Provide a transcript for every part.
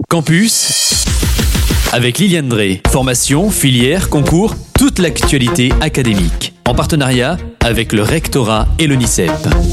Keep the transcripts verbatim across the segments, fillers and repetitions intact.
Campus avec Liliane Drey. Formation, filière, concours, toute l'actualité académique. En partenariat avec le rectorat et l'ONICEP.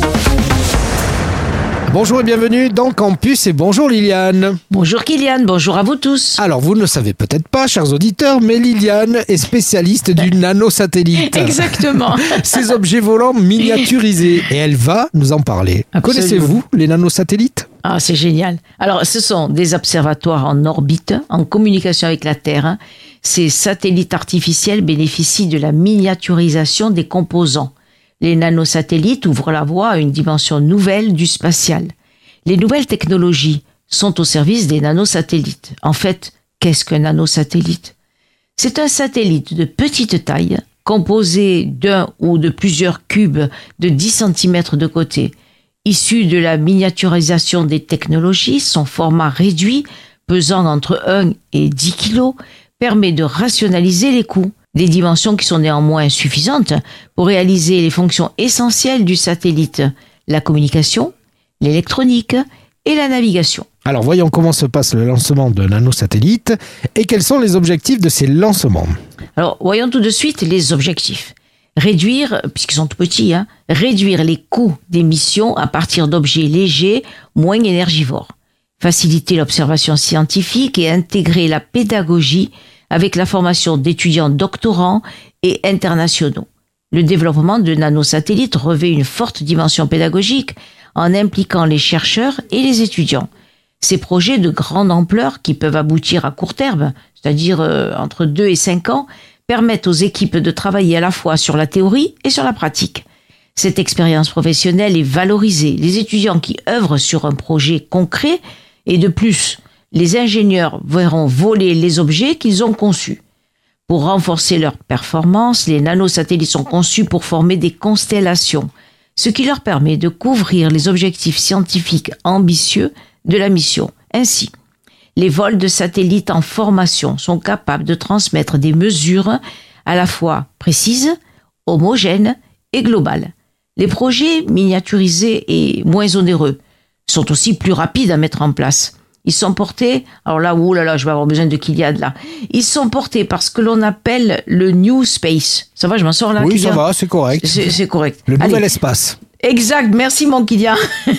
Bonjour et bienvenue dans Campus et bonjour Liliane. Bonjour Kylian, bonjour à vous tous. Alors vous ne le savez peut-être pas, chers auditeurs, mais Liliane est spécialiste du nanosatellite. Exactement. Ces objets volants miniaturisés. Et elle va nous en parler. Absolument. Connaissez-vous les nanosatellites ? Ah, c'est génial. Alors, ce sont des observatoires en orbite, en communication avec la Terre. Ces satellites artificiels bénéficient de la miniaturisation des composants. Les nanosatellites ouvrent la voie à une dimension nouvelle du spatial. Les nouvelles technologies sont au service des nanosatellites. En fait, qu'est-ce qu'un nanosatellite ? C'est un satellite de petite taille, composé d'un ou de plusieurs cubes de dix centimètres de côté. Issu de la miniaturisation des technologies, son format réduit, pesant entre un et dix kilos, permet de rationaliser les coûts. Des dimensions qui sont néanmoins suffisantes pour réaliser les fonctions essentielles du satellite, la communication, l'électronique et la navigation. Alors voyons comment se passe le lancement d'un nanosatellite et quels sont les objectifs de ces lancements. Alors voyons tout de suite les objectifs. Réduire, puisqu'ils sont tout petits, hein, réduire les coûts des missions à partir d'objets légers, moins énergivores. Faciliter l'observation scientifique et intégrer la pédagogie avec la formation d'étudiants doctorants et internationaux. Le développement de nanosatellites revêt une forte dimension pédagogique en impliquant les chercheurs et les étudiants. Ces projets de grande ampleur, qui peuvent aboutir à court terme, c'est-à-dire euh, entre deux et cinq ans, permettent aux équipes de travailler à la fois sur la théorie et sur la pratique. Cette expérience professionnelle est valorisée. Les étudiants qui œuvrent sur un projet concret et de plus, les ingénieurs verront voler les objets qu'ils ont conçus. Pour renforcer leur performance, les nanosatellites sont conçus pour former des constellations, ce qui leur permet de couvrir les objectifs scientifiques ambitieux de la mission. Ainsi, les vols de satellites en formation sont capables de transmettre des mesures à la fois précises, homogènes et globales. Les projets miniaturisés et moins onéreux sont aussi plus rapides à mettre en place. Ils sont portés, alors là, ouh là là, je vais avoir besoin de Kylian là. Ils sont portés par ce que l'on appelle le New Space. Ça va, je m'en sors là, Oui, Kylian ? ça va, c'est correct. C'est, c'est correct. Le nouvel Allez. espace. Exact, merci mon Kylian.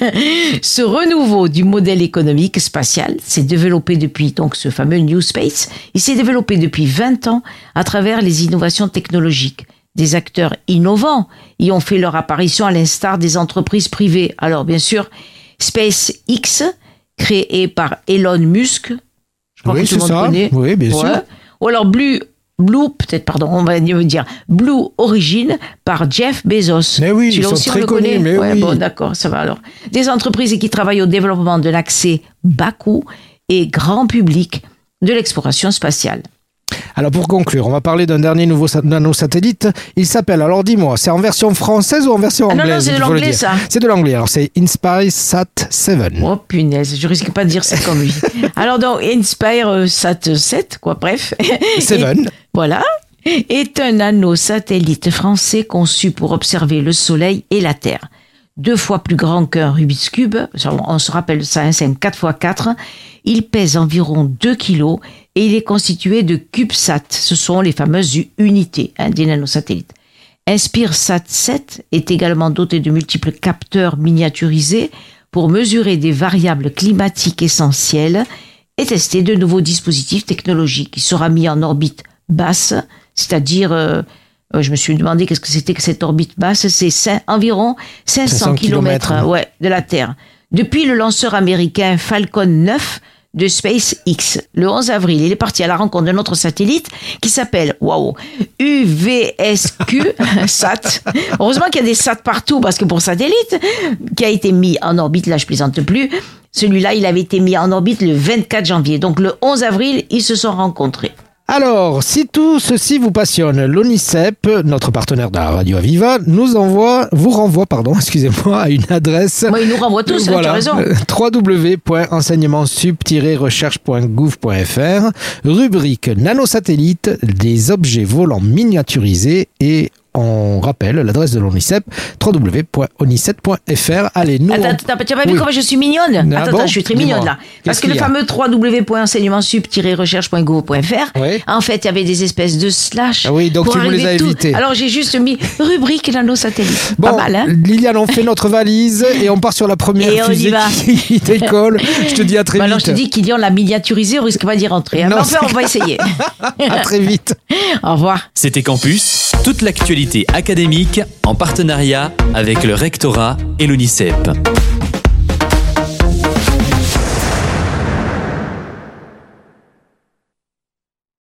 Ce renouveau du modèle économique spatial s'est développé depuis donc ce fameux New Space. Il s'est développé depuis vingt ans à travers les innovations technologiques. Des acteurs innovants y ont fait leur apparition à l'instar des entreprises privées. Alors bien sûr, SpaceX, créé par Elon Musk, je crois oui, que tout le monde ça. connaît. Oui, bien ouais. sûr. Ou alors Blue, Blue, peut-être, pardon, on va dire Blue Origin par Jeff Bezos. Mais oui, Celui-là ils sont aussi, très on le connus, connaît. mais ouais, oui. Bon, d'accord, ça va alors. Des entreprises qui travaillent au développement de l'accès bas coût et grand public de l'exploration spatiale. Alors pour conclure, on va parler d'un dernier nouveau sa- nanosatellite. Il s'appelle, alors dis-moi, c'est en version française ou en version Ah non, anglaise ? non, c'est de il faut le l'anglais, dire. ça. C'est de l'anglais, alors c'est Inspire Sat sept. Oh punaise, je risque pas de dire ça comme lui. Alors donc, Inspire euh, Sat sept, quoi, bref. Seven. Et, voilà. Est un nanosatellite français conçu pour observer le Soleil et la Terre. Deux fois plus grand qu'un Rubik's Cube, on se rappelle ça, hein, c'est un quatre par quatre. Il pèse environ deux kilos et il est constitué de CubeSat. Ce sont les fameuses unités hein, des nanosatellites. InspireSat sept est également doté de multiples capteurs miniaturisés pour mesurer des variables climatiques essentielles et tester de nouveaux dispositifs technologiques. Il sera mis en orbite basse, c'est-à-dire... Euh, je me suis demandé qu'est-ce que c'était que cette orbite basse. C'est cinq, environ cinq cents kilomètres ouais, de la Terre. Depuis le lanceur américain Falcon neuf de SpaceX, le onze avril, il est parti à la rencontre d'un autre satellite qui s'appelle, waouh, U V S Q Sat. Heureusement qu'il y a des sats partout parce que pour satellite, qui a été mis en orbite, là je plaisante plus, celui-là il avait été mis en orbite le vingt-quatre janvier. Donc le onze avril, ils se sont rencontrés. Alors, si tout ceci vous passionne, l'ONICEP, notre partenaire de la radio Aviva, nous envoie, vous renvoie, pardon, excusez-moi, à une adresse. Moi, il nous renvoie tous, voilà, hein, tu as raison. w w w point enseignement sup tiret recherche point gouv point f r, rubrique nanosatellites, des objets volants miniaturisés, et on rappelle l'adresse de l'ONICEP, w w w point onicep point f r. Allez, nous... Attends, on... attends, tu n'as pas vu Oui. comment je suis mignonne? Ah Attends, bon, attends, je suis très dis-moi. mignonne là. Parce Qu'est-ce que le qu'il y a? fameux w w w point enseignement sup tiret recherche point gouv point f r, Oui. en fait, il y avait des espèces de slash. Ah oui, donc pour tu me les arriver as tout. évités. Alors j'ai juste mis rubrique nanosatellite. Bon, Pas mal, hein? Liliane, on fait notre valise et on part sur la première Et on y fusée va. qui décolle. Je te dis à très Bah vite. alors je te dis qu'il y en l'a miniaturisé, on risque pas d'y rentrer. Hein. Non, Mais enfin, c'est on va essayer. À très vite. Au revoir. C'était Campus, toute l'actualité académique en partenariat avec le rectorat et l'ONICEP.